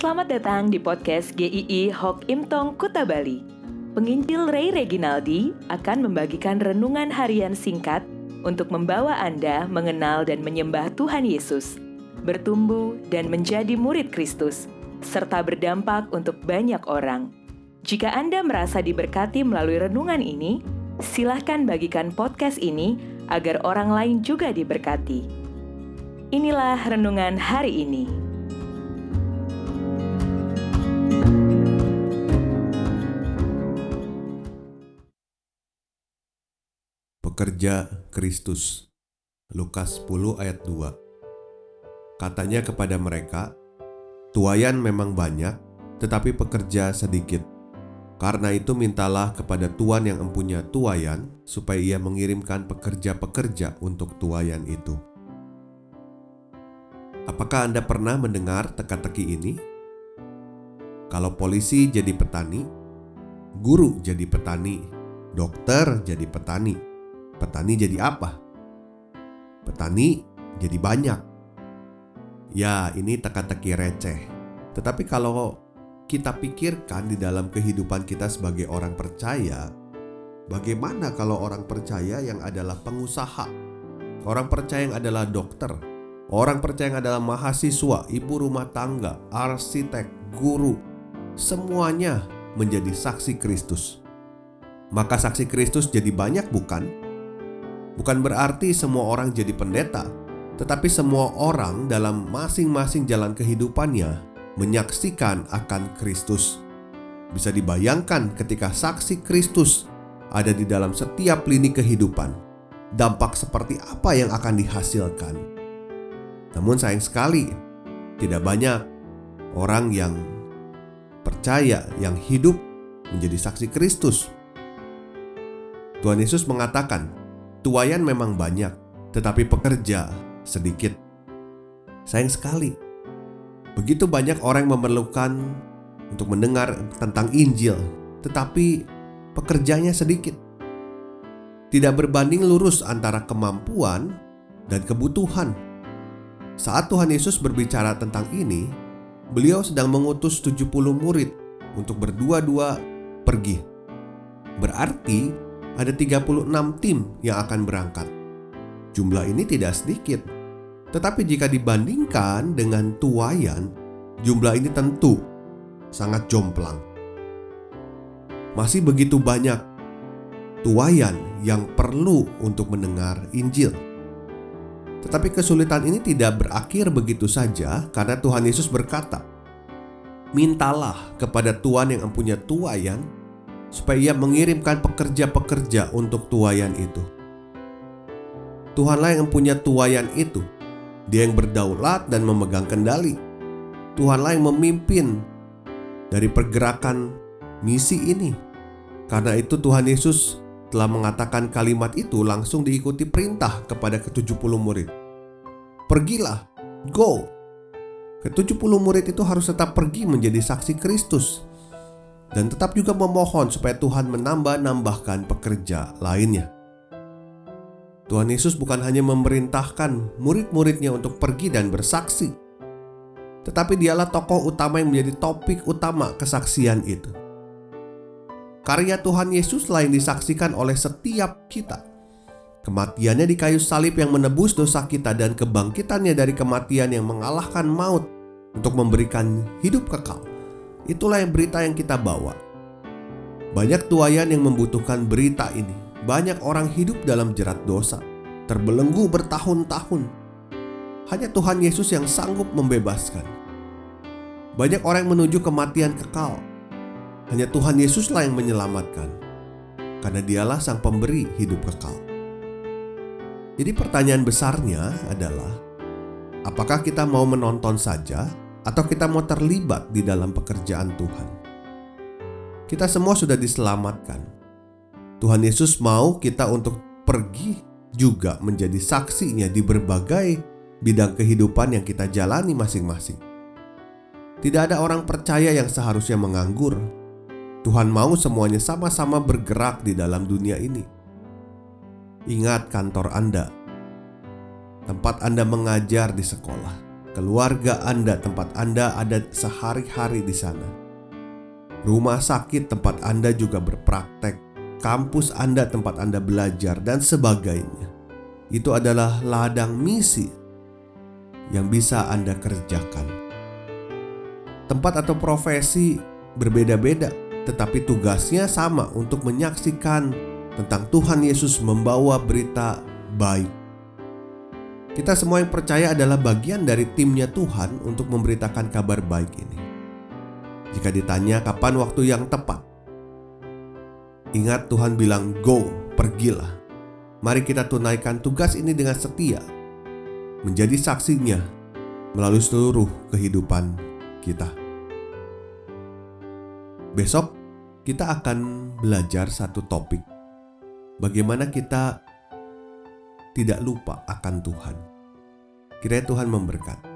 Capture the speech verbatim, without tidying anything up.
Selamat datang di podcast G I I Hok Im Tong Kuta Bali. Penginjil Ray Reginaldi akan membagikan renungan harian singkat untuk membawa Anda mengenal dan menyembah Tuhan Yesus, bertumbuh dan menjadi murid Kristus, serta berdampak untuk banyak orang. Jika Anda merasa diberkati melalui renungan ini, silahkan bagikan podcast ini agar orang lain juga diberkati. Inilah renungan hari ini. Pekerja Kristus. Lukas sepuluh ayat dua. Katanya kepada mereka, tuaian memang banyak, tetapi pekerja sedikit. Karena itu mintalah kepada Tuan yang empunya tuaian, supaya ia mengirimkan pekerja-pekerja untuk tuaian itu. Apakah Anda pernah mendengar teka-teki ini? Kalau polisi jadi petani, guru jadi petani, dokter jadi petani, petani jadi apa? Petani jadi banyak. Ya, ini teka-teki receh. Tetapi kalau kita pikirkan di dalam kehidupan kita sebagai orang percaya, bagaimana kalau orang percaya yang adalah pengusaha, orang percaya yang adalah dokter, orang percaya yang adalah mahasiswa, ibu rumah tangga, arsitek, guru, semuanya menjadi saksi Kristus. Maka saksi Kristus jadi banyak, bukan? Bukan berarti semua orang jadi pendeta, tetapi semua orang dalam masing-masing jalan kehidupannya menyaksikan akan Kristus. Bisa dibayangkan ketika saksi Kristus ada di dalam setiap lini kehidupan, dampak seperti apa yang akan dihasilkan. Namun sayang sekali, tidak banyak orang yang percaya, yang hidup menjadi saksi Kristus. Tuhan Yesus mengatakan, tuaian memang banyak, tetapi pekerja sedikit. Sayang sekali, begitu banyak orang yang memerlukan untuk mendengar tentang Injil, tetapi pekerjanya sedikit. Tidak berbanding lurus antara kemampuan dan kebutuhan. Saat Tuhan Yesus berbicara tentang ini, beliau sedang mengutus tujuh puluh murid untuk berdua-dua pergi. Berarti ada tiga puluh enam tim yang akan berangkat. Jumlah ini tidak sedikit. Tetapi jika dibandingkan dengan tuaian, jumlah ini tentu sangat jomplang. Masih begitu banyak tuaian yang perlu untuk mendengar Injil. Tetapi kesulitan ini tidak berakhir begitu saja, karena Tuhan Yesus berkata, mintalah kepada Tuan yang empunya tuaian, supaya ia mengirimkan pekerja-pekerja untuk tuaian itu. Tuhanlah yang empunya tuaian itu. Dia yang berdaulat dan memegang kendali. Tuhanlah yang memimpin dari pergerakan misi ini. Karena itu Tuhan Yesus telah mengatakan kalimat itu langsung diikuti perintah kepada ketujuh puluh murid. Pergilah, go. Ketujuh puluh murid itu harus tetap pergi menjadi saksi Kristus, dan tetap juga memohon supaya Tuhan menambah-nambahkan pekerja lainnya. Tuhan Yesus bukan hanya memerintahkan murid-muridnya untuk pergi dan bersaksi, tetapi dialah tokoh utama yang menjadi topik utama kesaksian itu. Karya Tuhan Yesus lain disaksikan oleh setiap kita. Kematiannya di kayu salib yang menebus dosa kita dan kebangkitannya dari kematian yang mengalahkan maut untuk memberikan hidup kekal. Itulah yang berita yang kita bawa. Banyak tuaian yang membutuhkan berita ini. Banyak orang hidup dalam jerat dosa, terbelenggu bertahun-tahun. Hanya Tuhan Yesus yang sanggup membebaskan. Banyak orang yang menuju kematian kekal. Hanya Tuhan Yesuslah yang menyelamatkan, karena dialah sang pemberi hidup kekal. Jadi pertanyaan besarnya adalah, apakah kita mau menonton saja atau kita mau terlibat di dalam pekerjaan Tuhan? Kita semua sudah diselamatkan. Tuhan Yesus mau kita untuk pergi juga menjadi saksinya di berbagai bidang kehidupan yang kita jalani masing-masing. Tidak ada orang percaya yang seharusnya menganggur. Tuhan mau semuanya sama-sama bergerak di dalam dunia ini. Ingat kantor Anda, tempat Anda mengajar di sekolah, keluarga Anda, tempat Anda ada sehari-hari di sana. Rumah sakit tempat Anda juga berpraktek, kampus Anda tempat Anda belajar, dan sebagainya. Itu adalah ladang misi yang bisa Anda kerjakan. Tempat atau profesi berbeda-beda, tetapi tugasnya sama untuk menyaksikan tentang Tuhan Yesus membawa berita baik. Kita semua yang percaya adalah bagian dari timnya Tuhan untuk memberitakan kabar baik ini. Jika ditanya kapan waktu yang tepat, ingat Tuhan bilang, "Go, pergilah." Mari kita tunaikan tugas ini dengan setia, menjadi saksinya melalui seluruh kehidupan kita. Besok kita akan belajar satu topik, bagaimana kita tidak lupa akan Tuhan. Kiranya Tuhan memberkati.